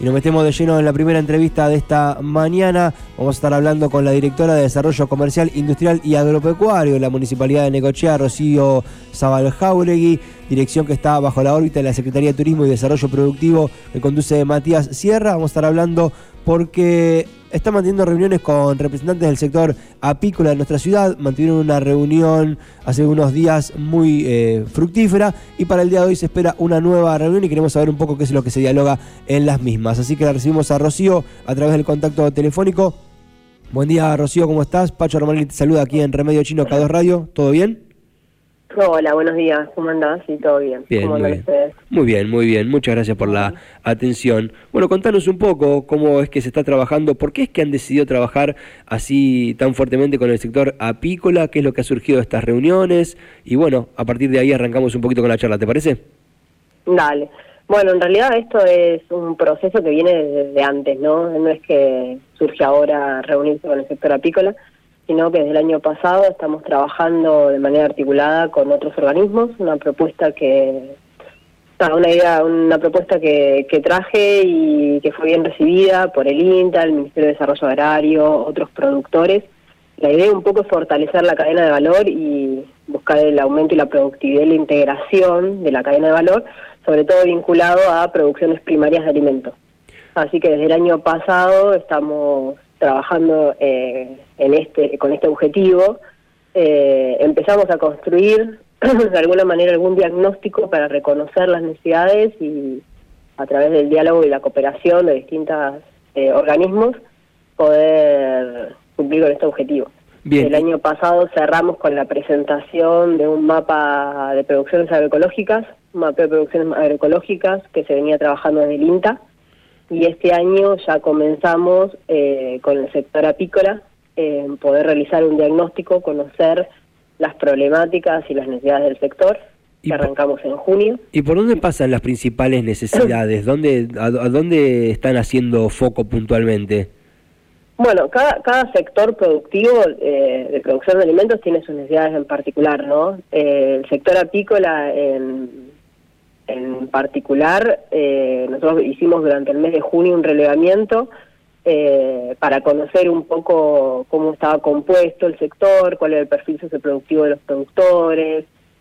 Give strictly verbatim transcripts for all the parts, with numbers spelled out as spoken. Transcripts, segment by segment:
nos metemos de lleno en la primera entrevista de esta mañana. Vamos a estar hablando con la directora de Desarrollo Comercial, Industrial y Agropecuario de la Municipalidad de Necochea, Rocío Zabaljauregui, dirección que está bajo la órbita de la Secretaría de Turismo y Desarrollo Productivo que conduce Matías Sierra. Vamos a estar hablando porque está manteniendo reuniones con representantes del sector apícola de nuestra ciudad. Mantuvieron una reunión hace unos días muy eh, fructífera y para el día de hoy se espera una nueva reunión y queremos saber un poco qué es lo que se dialoga en las mismas. Así que la recibimos a Rocío a través del contacto telefónico. Buen día, Rocío, ¿cómo estás? Pacho Romanelli te saluda aquí en Remedio Chino K dos Radio. ¿Todo bien? Hola, buenos días, ¿cómo andás? Sí, todo bien. Bien, ¿Cómo muy andan bien. ustedes? Muy bien, muy bien. Muchas gracias por la atención. Bueno, contanos un poco cómo es que se está trabajando, por qué es que han decidido trabajar así tan fuertemente con el sector apícola, qué es lo que ha surgido de estas reuniones y bueno, a partir de ahí arrancamos un poquito con la charla, ¿te parece? Dale. Bueno, en realidad esto es un proceso que viene desde antes, ¿no? No es que surge ahora reunirse con el sector apícola, sino que desde el año pasado estamos trabajando de manera articulada con otros organismos, una propuesta que una idea, una propuesta que, que traje y que fue bien recibida por el INTA, el Ministerio de Desarrollo Agrario, otros productores. La idea un poco es fortalecer la cadena de valor y buscar el aumento y la productividad y la integración de la cadena de valor, sobre todo vinculado a producciones primarias de alimentos. Así que desde el año pasado estamos trabajando eh, en este con este objetivo. Eh, empezamos a construir de alguna manera algún diagnóstico para reconocer las necesidades y a través del diálogo y la cooperación de distintos eh, organismos poder cumplir con este objetivo. Bien. El año pasado cerramos con la presentación de un mapa de producciones agroecológicas, un mapa de producciones agroecológicas que se venía trabajando desde el INTA. Y este año ya comenzamos eh, con el sector apícola, en eh, poder realizar un diagnóstico, conocer las problemáticas y las necesidades del sector, que arrancamos en junio. ¿Y por dónde pasan las principales necesidades? ¿Dónde, a, a dónde están haciendo foco puntualmente? Bueno, cada, cada sector productivo eh, de producción de alimentos tiene sus necesidades en particular, ¿no? Eh, el sector apícola en... En particular, eh, nosotros hicimos durante el mes de junio un relevamiento eh, para conocer un poco cómo estaba compuesto el sector, cuál era el perfil socioproductivo de los productores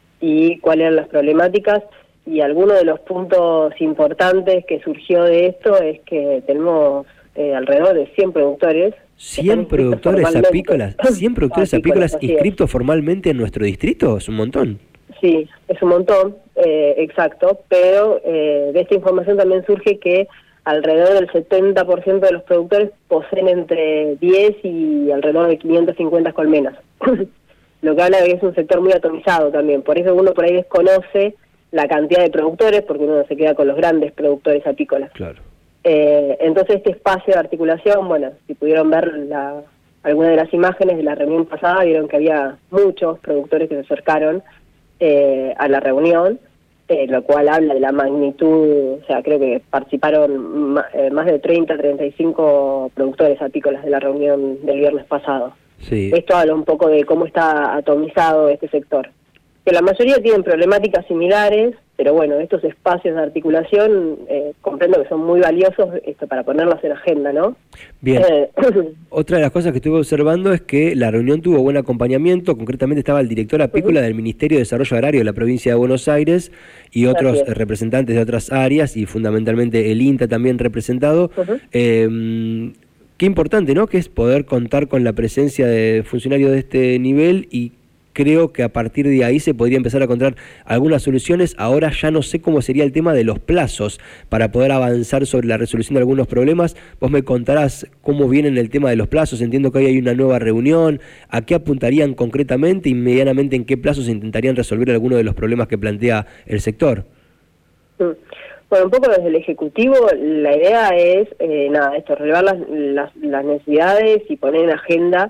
y cuáles eran las problemáticas. Y alguno de los puntos importantes que surgió de esto es que tenemos eh, alrededor de cien productores. ¿cien productores apícolas? ¿cien productores apícolas, apícolas inscritos formalmente en nuestro distrito? Es un montón. Sí, es un montón, eh, exacto, pero eh, de esta información también surge que alrededor del setenta por ciento de los productores poseen entre diez y alrededor de quinientas cincuenta colmenas, lo que habla de que es un sector muy atomizado también, por eso uno por ahí desconoce la cantidad de productores, porque uno se queda con los grandes productores apícolas. Claro. Eh, entonces este espacio de articulación, bueno, si pudieron ver la, alguna de las imágenes de la reunión pasada, vieron que había muchos productores que se acercaron Eh, a la reunión, eh, lo cual habla de la magnitud, o sea, creo que participaron ma, eh, más de treinta, treinta y cinco productores apícolas de la reunión del viernes pasado. Sí. Esto habla un poco de cómo está atomizado este sector, que la mayoría tienen problemáticas similares, pero bueno, estos espacios de articulación eh, comprendo que son muy valiosos esto para ponerlos en agenda, ¿no? Bien. Eh, Otra de las cosas que estuve observando es que la reunión tuvo buen acompañamiento, concretamente estaba el director apícola uh-huh. del Ministerio de Desarrollo Agrario de la provincia de Buenos Aires y otros eh, representantes de otras áreas y fundamentalmente el INTA también representado. Uh-huh. Eh, qué importante, ¿no? Que es poder contar con la presencia de funcionarios de este nivel y creo que a partir de ahí se podría empezar a encontrar algunas soluciones. Ahora ya no sé cómo sería el tema de los plazos para poder avanzar sobre la resolución de algunos problemas. Vos me contarás cómo viene el tema de los plazos. Entiendo que hoy hay una nueva reunión. ¿A qué apuntarían concretamente y medianamente en qué plazos se intentarían resolver algunos de los problemas que plantea el sector? Bueno, un poco desde el Ejecutivo la idea es, eh, nada, esto, relevar las, las, las necesidades y poner en agenda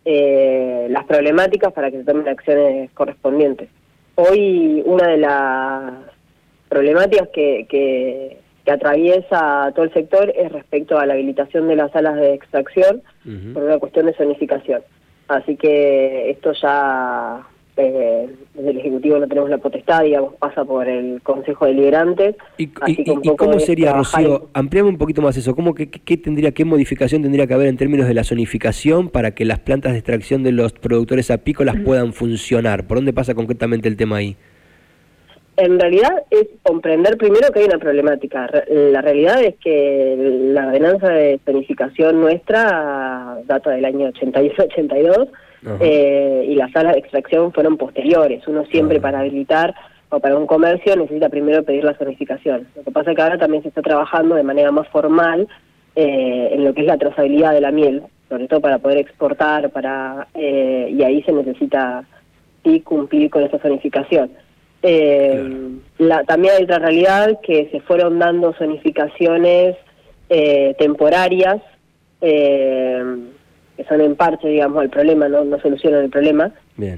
Eh, las problemáticas para que se tomen acciones correspondientes. Hoy una de las problemáticas que, que, que atraviesa todo el sector es respecto a la habilitación de las salas de extracción uh-huh. por una cuestión de zonificación. Así que esto ya eh, desde el Ejecutivo no tenemos la potestad, digamos, pasa por el Consejo Deliberante. ¿Y, y, y cómo sería, Rocío? Ampliame un poquito más eso. ¿Cómo, qué, qué tendría, qué modificación tendría que haber en términos de la zonificación para que las plantas de extracción de los productores apícolas puedan funcionar? ¿Por dónde pasa concretamente el tema ahí? En realidad es comprender primero que hay una problemática. La realidad es que la ordenanza de zonificación nuestra data del año ochenta y uno ochenta y dos, eh, y las salas de extracción fueron posteriores. Uno siempre, uh-huh, para habilitar o para un comercio necesita primero pedir la zonificación. Lo que pasa es que ahora también se está trabajando de manera más formal eh, en lo que es la trazabilidad de la miel, sobre todo para poder exportar, para eh, y ahí se necesita sí cumplir con esa zonificación. Eh, claro. la, también hay otra realidad, que se fueron dando zonificaciones eh, temporarias, eh, que son en parte, digamos, el problema, no, no solucionan el problema,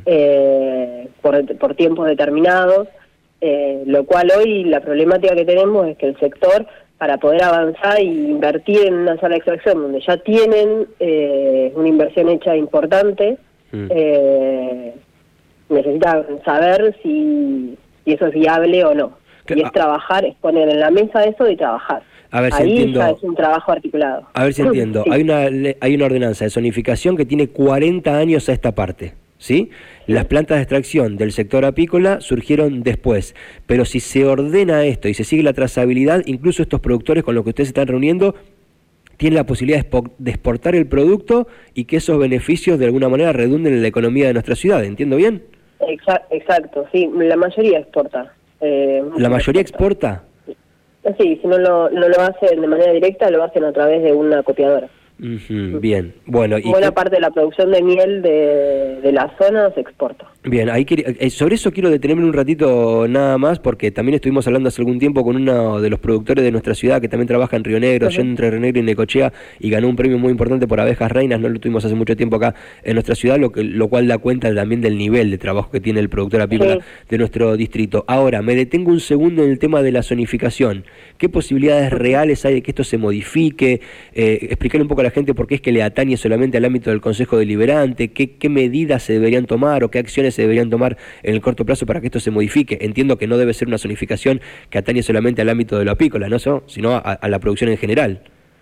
eh, por, por tiempos determinados, eh, lo cual hoy la problemática que tenemos es que el sector, para poder avanzar e invertir en una sala de extracción donde ya tienen eh, una inversión hecha importante, mm. eh, necesitan saber si, si eso es viable o no. Y es trabajar, es poner en la mesa eso y trabajar. A ver si Ahí entiendo. ya es un trabajo articulado. A ver si entiendo. Sí. Hay una hay una ordenanza de zonificación que tiene cuarenta años a esta parte, ¿sí? Sí. Las plantas de extracción del sector apícola surgieron después, pero si se ordena esto y se sigue la trazabilidad, incluso estos productores con los que ustedes se están reuniendo tienen la posibilidad de exportar el producto y que esos beneficios de alguna manera redunden en la economía de nuestra ciudad. ¿Entiendo bien? Exacto, sí. La mayoría exporta. Eh, ¿La mayoría exporta? Sí, si no lo, no lo hacen de manera directa, lo hacen a través de una copiadora. Uh-huh, bien, bueno. Y buena que... parte de la producción de miel de, de la zona se exporta. Bien, ahí eh, sobre eso quiero detenerme un ratito nada más, porque también estuvimos hablando hace algún tiempo con uno de los productores de nuestra ciudad que también trabaja en Río Negro, uh-huh. yo entre Río Negro y Necochea, y ganó un premio muy importante por abejas reinas. No lo tuvimos hace mucho tiempo acá en nuestra ciudad, lo, que, lo cual da cuenta también del nivel de trabajo que tiene el productor apícola sí. de nuestro distrito. Ahora, me detengo un segundo en el tema de la zonificación. ¿Qué posibilidades uh-huh. reales hay de que esto se modifique? Eh, explicarle un poco a la gente por qué es que le atañe solamente al ámbito del Consejo Deliberante, qué, qué medidas se deberían tomar o qué acciones se deberían tomar en el corto plazo para que esto se modifique. Entiendo que no debe ser una zonificación que atañe solamente al ámbito de lo apícola, ¿no? sino a, a la producción en general.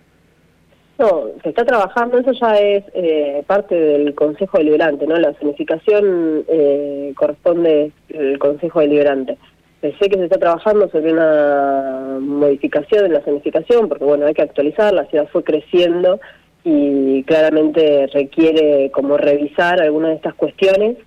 No, se está trabajando, eso ya es eh, parte del Consejo Deliberante, ¿no? La zonificación eh, corresponde al Consejo Deliberante. Sé que se está trabajando sobre una modificación en la zonificación, porque bueno, hay que actualizar, la ciudad fue creciendo y claramente requiere como revisar algunas de estas cuestiones,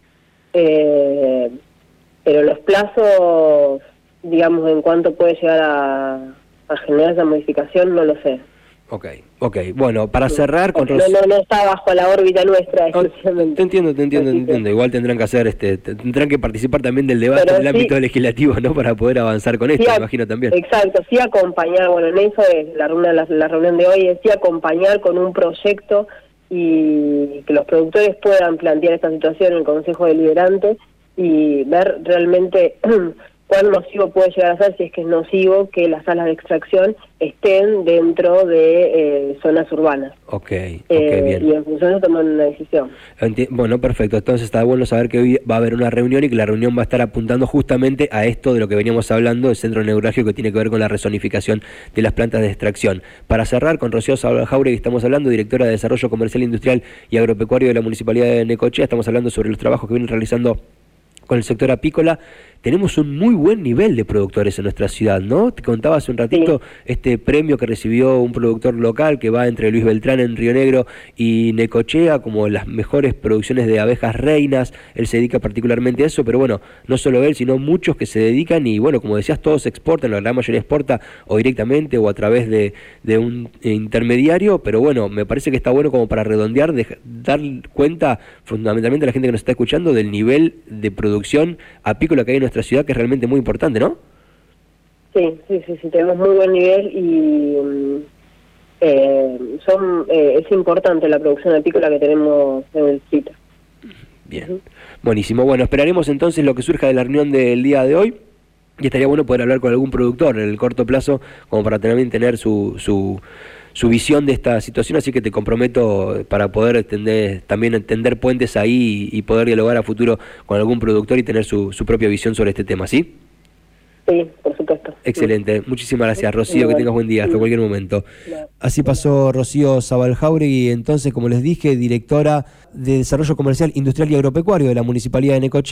eh, pero los plazos, digamos, en cuánto puede llegar a, a generar esa modificación, no lo sé. Ok, ok. Bueno, para cerrar... Con no, no, no está bajo la órbita nuestra, exclusivamente. Te entiendo, te entiendo, te entiendo. Igual tendrán que hacer, este, tendrán que participar también del debate Pero en el sí, ámbito legislativo, ¿no? Para poder avanzar con esto, sí, me imagino también. Exacto, sí acompañar, bueno, en eso es la reunión, la, la reunión de hoy, es sí acompañar con un proyecto y que los productores puedan plantear esta situación en el Consejo Deliberante y ver realmente cuán nocivo puede llegar a ser, si es que es nocivo, que las salas de extracción estén dentro de eh, zonas urbanas. Ok, okay, eh, bien. Y en función de tomar una decisión. Enti- bueno, perfecto. Entonces está bueno saber que hoy va a haber una reunión y que la reunión va a estar apuntando justamente a esto de lo que veníamos hablando, el centro neurálgico que tiene que ver con la rezonificación de las plantas de extracción. Para cerrar, con Rocío Jauregui estamos hablando, directora de Desarrollo Comercial, Industrial y Agropecuario de la Municipalidad de Necochea. Estamos hablando sobre los trabajos que vienen realizando con el sector apícola. Tenemos un muy buen nivel de productores en nuestra ciudad, ¿no? Te contaba hace un ratito sí. este premio que recibió un productor local que va entre Luis Beltrán en Río Negro y Necochea como las mejores producciones de abejas reinas. Él se dedica particularmente a eso, pero bueno, no solo él, sino muchos que se dedican y bueno, como decías, todos exportan, la gran mayoría exporta o directamente o a través de, de un intermediario, pero bueno, me parece que está bueno como para redondear, de, dar cuenta fundamentalmente a la gente que nos está escuchando del nivel de producción apícola que hay en nuestra ciudad, que es realmente muy importante, ¿no? Sí, sí, sí, sí, tenemos muy buen nivel y eh, son eh, es importante la producción apícola que tenemos en el sitio. Bien, uh-huh. Buenísimo. Bueno, esperaremos entonces lo que surja de la reunión del día de hoy y estaría bueno poder hablar con algún productor en el corto plazo como para también tener su... su su visión de esta situación, así que te comprometo para poder entender, también entender puentes ahí y, y poder dialogar a futuro con algún productor y tener su, su propia visión sobre este tema, ¿sí? Sí, por supuesto. Excelente, muchísimas gracias, Rocío, que tengas buen día, hasta cualquier momento. Así pasó Rocío Zabaljauregui, entonces, como les dije, directora de Desarrollo Comercial, Industrial y Agropecuario de la Municipalidad de Necochea.